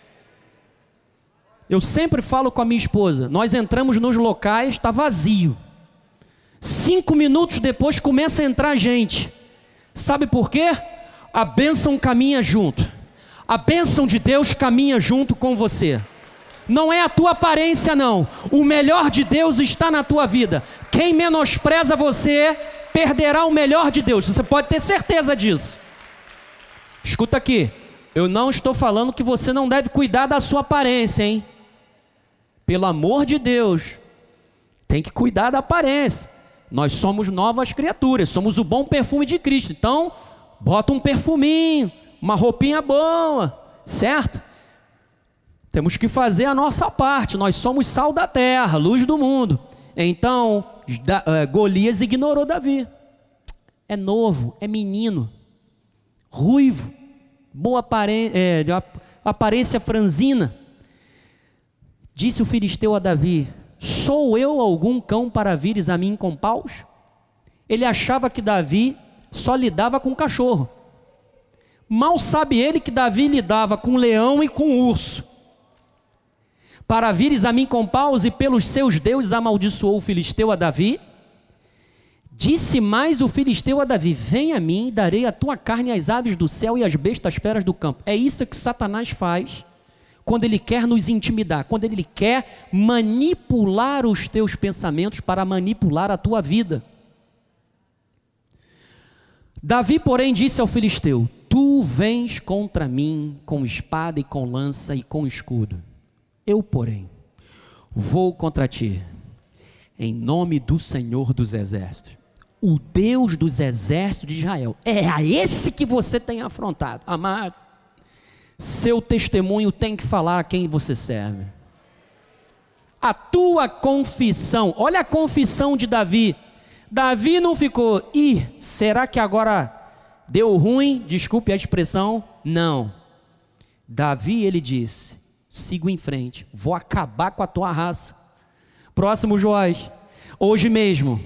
Eu sempre falo com a minha esposa, nós entramos nos locais, está vazio. 5 minutos depois começa a entrar gente. Sabe por quê? A bênção caminha junto. A bênção de Deus caminha junto com você. Não é a tua aparência não. O melhor de Deus está na tua vida. Quem menospreza você, perderá o melhor de Deus. Você pode ter certeza disso. Escuta aqui. Eu não estou falando que você não deve cuidar da sua aparência, hein? Pelo amor de Deus. Tem que cuidar da aparência. Nós somos novas criaturas, somos o bom perfume de Cristo. Então, bota um perfuminho, uma roupinha boa, certo? Temos que fazer a nossa parte. Nós somos sal da terra, luz do mundo. Então, Golias ignorou Davi. É novo, é menino, ruivo, boa aparência franzina. Disse o filisteu a Davi: sou eu algum cão para vires a mim com paus? Ele achava que Davi só lidava com cachorro. Mal sabe ele que Davi lidava com leão e com urso. Para vires a mim com paus, e pelos seus deuses amaldiçoou o filisteu a Davi. Disse mais o filisteu a Davi: vem a mim, darei a tua carne às aves do céu e às bestas feras do campo. É isso que Satanás faz quando ele quer nos intimidar, quando ele quer manipular os teus pensamentos para manipular a tua vida. Davi, porém, disse ao filisteu: tu vens contra mim com espada e com lança e com escudo. Eu, porém, vou contra ti em nome do Senhor dos exércitos, o Deus dos exércitos de Israel. É a esse que você tem afrontado. Amado, seu testemunho tem que falar a quem você serve. A tua confissão, olha a confissão de Davi. Davi não ficou, será que agora deu ruim? Desculpe a expressão. Não. Davi, ele disse: sigo em frente, vou acabar com a tua raça. Próximo, Joás. Hoje mesmo,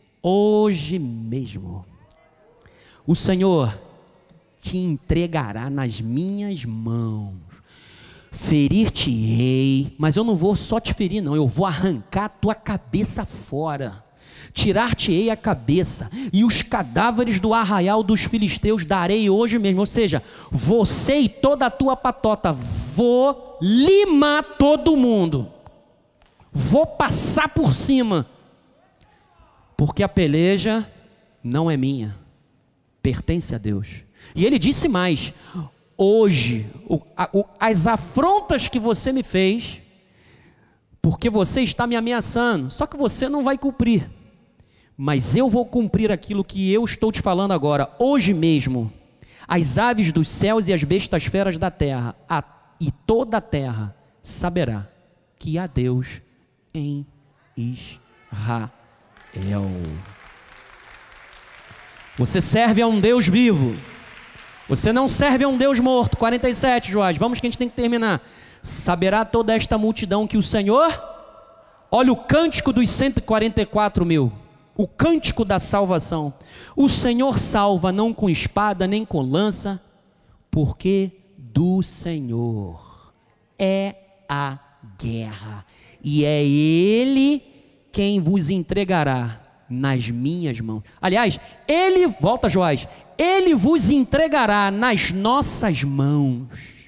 o Senhor te entregará nas minhas mãos. Ferir-te-ei, mas eu não vou só te ferir, não, eu vou arrancar a tua cabeça fora. Tirar-te-ei a cabeça, e os cadáveres do arraial dos filisteus darei hoje mesmo. Ou seja, você e toda a tua patota, vou limar todo mundo, vou passar por cima, porque a peleja não é minha, pertence a Deus. E ele disse mais: hoje, as afrontas que você me fez, porque você está me ameaçando, só que você não vai cumprir, mas eu vou cumprir aquilo que eu estou te falando agora. Hoje mesmo, as aves dos céus e as bestas feras da terra, e toda a terra saberá que há Deus em Israel. Você serve a um Deus vivo, você não serve a um Deus morto. 47, Joás, vamos que a gente tem que terminar. Saberá toda esta multidão que o Senhor, olha o cântico dos 144 mil, o cântico da salvação. O Senhor salva não com espada nem com lança, porque do Senhor é a guerra, e é Ele quem vos entregará nas minhas mãos. Aliás, Ele, volta Joás, Ele vos entregará nas nossas mãos.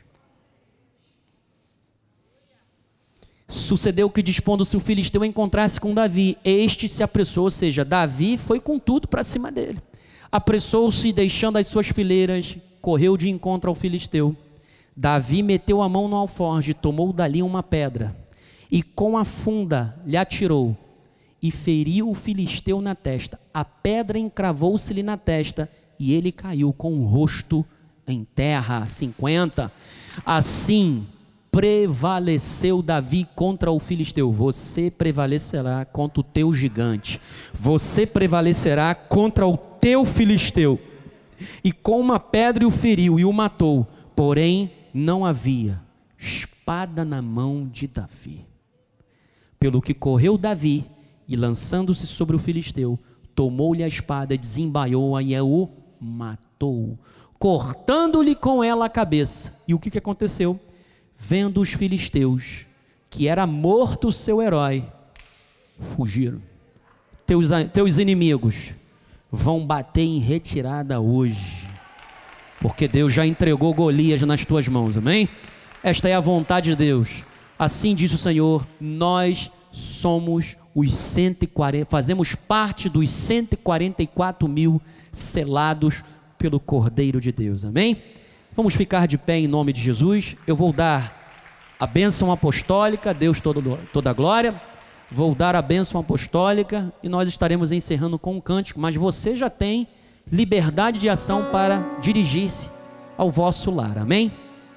Sucedeu que, dispondo-se o filisteu a encontrar-se com Davi, este se apressou, ou seja, Davi foi com tudo para cima dele. Apressou-se e, deixando as suas fileiras, correu de encontro ao filisteu. Davi meteu a mão no alforje, tomou dali uma pedra e com a funda lhe atirou e feriu o filisteu na testa. A pedra encravou-se-lhe na testa e ele caiu com o rosto em terra. 50. Assim prevaleceu Davi contra o filisteu. Você prevalecerá contra o teu gigante, você prevalecerá contra o teu filisteu. E com uma pedra o feriu e o matou, porém não havia espada na mão de Davi. Pelo que correu Davi e, lançando-se sobre o filisteu, tomou-lhe a espada, desembaiou-a e o matou, cortando-lhe com ela a cabeça. E o que aconteceu? Vendo os filisteus que era morto o seu herói, fugiram. Teus inimigos vão bater em retirada hoje, porque Deus já entregou Golias nas tuas mãos, amém? Esta é a vontade de Deus. Assim diz o Senhor: nós somos os 140, fazemos parte dos 144 mil selados pelo Cordeiro de Deus, amém? Vamos ficar de pé em nome de Jesus. Eu vou dar a bênção apostólica, Deus toda a glória. Vou dar a bênção apostólica e nós estaremos encerrando com um cântico, mas você já tem liberdade de ação para dirigir-se ao vosso lar, amém?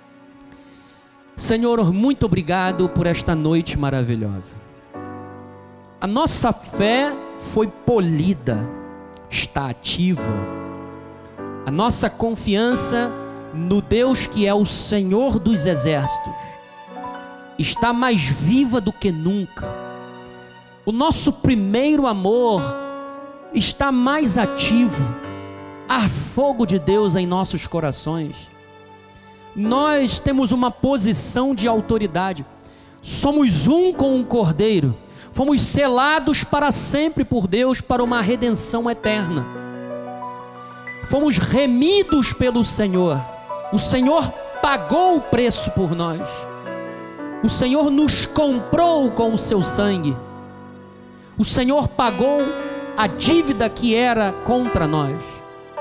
Senhor, muito obrigado por esta noite maravilhosa. A nossa fé foi polida, está ativa. A nossa confiança no Deus que é o Senhor dos exércitos está mais viva do que nunca. O nosso primeiro amor está mais ativo. Há fogo de Deus em nossos corações. Nós temos uma posição de autoridade. Somos um com o Cordeiro. Fomos selados para sempre por Deus para uma redenção eterna. Fomos remidos pelo Senhor. O Senhor pagou o preço por nós. O Senhor nos comprou com o seu sangue. O Senhor pagou a dívida que era contra nós.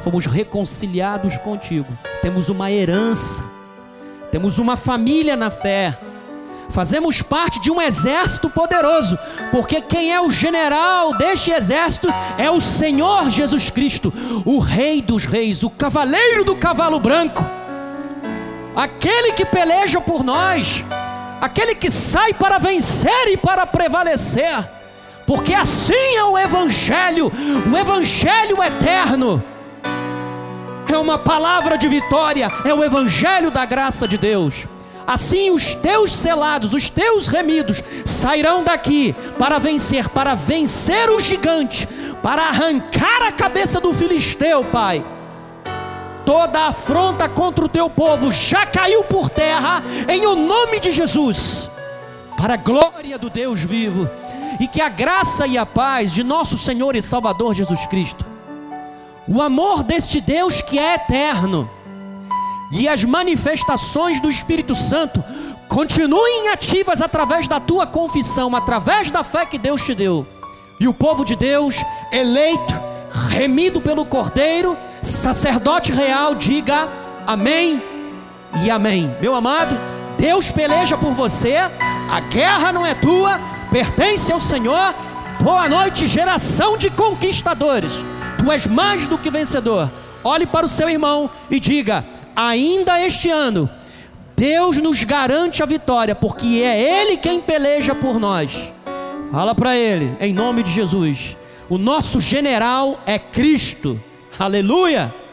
fomos reconciliados contigo, temos uma herança, temos uma família na fé, fazemos parte de um exército poderoso, porque quem é o general deste exército é o Senhor Jesus Cristo, o Rei dos Reis, o cavaleiro do cavalo branco, aquele que peleja por nós, aquele que sai para vencer e para prevalecer, porque assim é o Evangelho eterno, é uma palavra de vitória, é o Evangelho da graça de Deus. Assim os teus selados, os teus remidos sairão daqui para vencer o gigante, para arrancar a cabeça do filisteu, Pai. Toda afronta contra o teu povo já caiu por terra, em o nome de Jesus, para a glória do Deus vivo. E que a graça e a paz de nosso Senhor e Salvador Jesus Cristo, o amor deste Deus que é eterno, e as manifestações do Espírito Santo continuem ativas através da tua confissão, através da fé que Deus te deu. E o povo de Deus, eleito, remido pelo Cordeiro, sacerdote real, diga amém e amém. Meu amado, Deus peleja por você, a guerra não é tua, pertence ao Senhor. Boa noite, geração de conquistadores, tu és mais do que vencedor. Olhe para o seu irmão e diga: ainda este ano, Deus nos garante a vitória, porque é Ele quem peleja por nós. Fala para Ele, em nome de Jesus. O nosso general é Cristo. Aleluia!